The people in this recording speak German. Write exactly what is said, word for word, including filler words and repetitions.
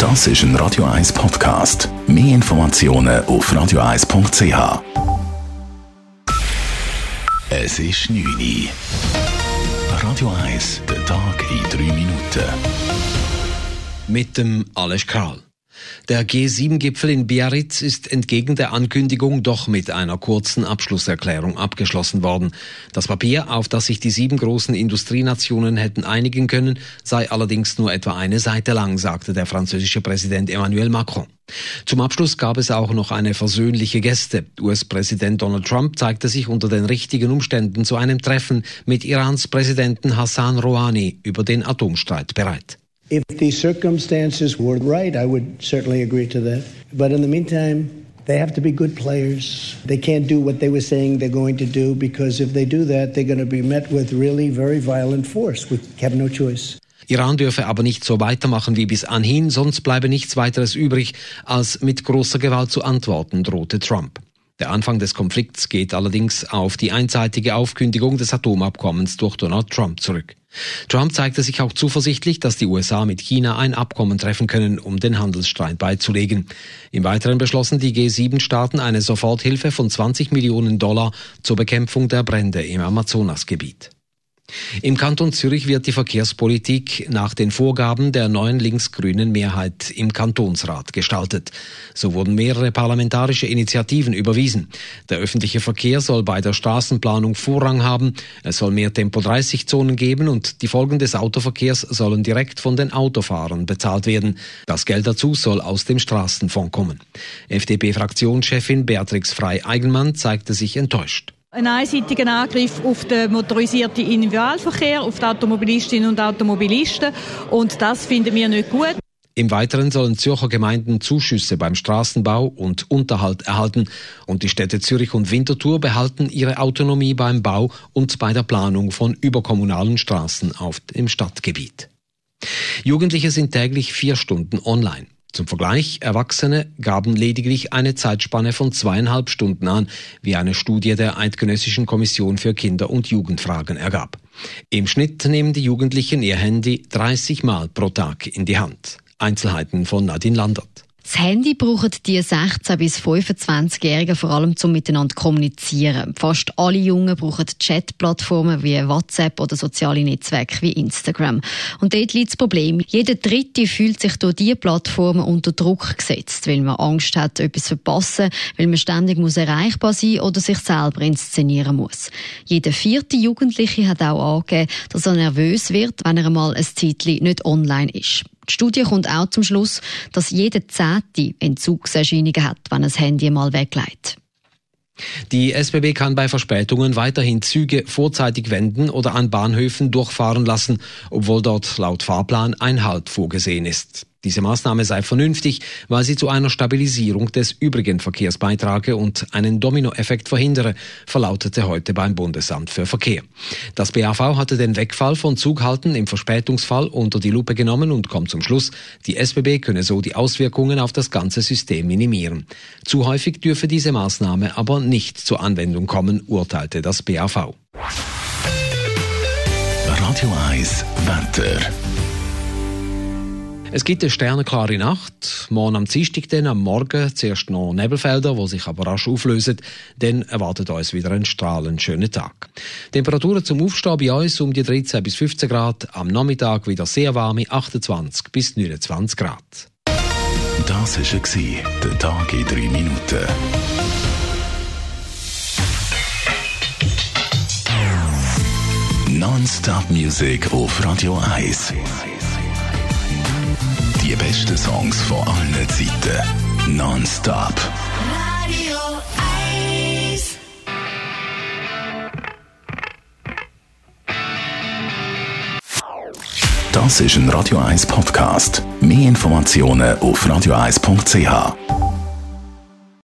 Das ist ein Radio eins Podcast. Mehr Informationen auf radio eins punkt c h. Es ist neun Uhr. Radio eins, der Tag in drei Minuten. Mit dem Ales Kral. Der G sieben Gipfel in Biarritz ist entgegen der Ankündigung doch mit einer kurzen Abschlusserklärung abgeschlossen worden. Das Papier, auf das sich die sieben großen Industrienationen hätten einigen können, sei allerdings nur etwa eine Seite lang, sagte der französische Präsident Emmanuel Macron. Zum Abschluss gab es auch noch eine versöhnliche Geste. U S-Präsident Donald Trump zeigte sich unter den richtigen Umständen zu einem Treffen mit Irans Präsidenten Hassan Rouhani über den Atomstreit bereit. If the circumstances were right, I would certainly agree to that. But in the meantime, they have to be good players. They can't do what they were saying they're going to do, because if they do that, they're going to be met with really very violent force. We have no choice. Iran dürfe aber nicht so weitermachen wie bis anhin, sonst bleibe nichts weiteres übrig, als mit großer Gewalt zu antworten, drohte Trump. Der Anfang des Konflikts geht allerdings auf die einseitige Aufkündigung des Atomabkommens durch Donald Trump zurück. Trump zeigte sich auch zuversichtlich, dass die U S A mit China ein Abkommen treffen können, um den Handelsstreit beizulegen. Im Weiteren beschlossen die G sieben Staaten eine Soforthilfe von zwanzig Millionen Dollar zur Bekämpfung der Brände im Amazonasgebiet. Im Kanton Zürich wird die Verkehrspolitik nach den Vorgaben der neuen links-grünen Mehrheit im Kantonsrat gestaltet. So wurden mehrere parlamentarische Initiativen überwiesen. Der öffentliche Verkehr soll bei der Straßenplanung Vorrang haben, es soll mehr Tempo dreißig Zonen geben und die Folgen des Autoverkehrs sollen direkt von den Autofahrern bezahlt werden. Das Geld dazu soll aus dem Straßenfonds kommen. F D P-Fraktionschefin Beatrix Frey-Eigenmann zeigte sich enttäuscht. Ein einseitiger Angriff auf den motorisierten Individualverkehr, auf die Automobilistinnen und Automobilisten, und das finden wir nicht gut. Im Weiteren sollen Zürcher Gemeinden Zuschüsse beim Straßenbau und Unterhalt erhalten und die Städte Zürich und Winterthur behalten ihre Autonomie beim Bau und bei der Planung von überkommunalen Straßen auf dem Stadtgebiet. Jugendliche sind täglich vier Stunden online. Zum Vergleich, Erwachsene gaben lediglich eine Zeitspanne von zweieinhalb Stunden an, wie eine Studie der Eidgenössischen Kommission für Kinder- und Jugendfragen ergab. Im Schnitt nehmen die Jugendlichen ihr Handy dreißig Mal pro Tag in die Hand. Einzelheiten von Nadine Landert. Das Handy brauchen die sechzehn- bis fünfundzwanzigjährigen vor allem, um miteinander zu kommunizieren. Fast alle Jungen brauchen Chatplattformen wie WhatsApp oder soziale Netzwerke wie Instagram. Und dort liegt das Problem. Jeder Dritte fühlt sich durch diese Plattformen unter Druck gesetzt, weil man Angst hat, etwas zu verpassen, weil man ständig muss erreichbar sein oder sich selber inszenieren muss. Jeder vierte Jugendliche hat auch angegeben, dass er nervös wird, wenn er einmal ein Zeitchen nicht online ist. Die Studie kommt auch zum Schluss, dass jeder Zehnte Entzugserscheinungen hat, wenn er das Handy mal weglegt. Die S B B kann bei Verspätungen weiterhin Züge vorzeitig wenden oder an Bahnhöfen durchfahren lassen, obwohl dort laut Fahrplan ein Halt vorgesehen ist. Diese Maßnahme sei vernünftig, weil sie zu einer Stabilisierung des übrigen Verkehrs beitrage und einen Dominoeffekt verhindere, verlautete heute beim Bundesamt für Verkehr. Das B A V hatte den Wegfall von Zughalten im Verspätungsfall unter die Lupe genommen und kommt zum Schluss, die S B B könne so die Auswirkungen auf das ganze System minimieren. Zu häufig dürfe diese Maßnahme aber nicht zur Anwendung kommen, urteilte das B A V. Radio eins Wetter. Es gibt eine sternenklare Nacht. Morgen am Dienstag, dann am Morgen zuerst noch Nebelfelder, die sich aber rasch auflösen. Dann erwartet uns wieder ein strahlend schöner Tag. Temperaturen zum Aufstehen bei uns um die dreizehn bis fünfzehn Grad. Am Nachmittag wieder sehr warme achtundzwanzig bis neunundzwanzig Grad. Das war der Tag in drei Minuten. Non-Stop Music auf Radio eins. Die besten Songs von allen Zeiten. Non-Stop. Radio eins. Das ist ein Radio eins Podcast. Mehr Informationen auf radio eins punkt c h.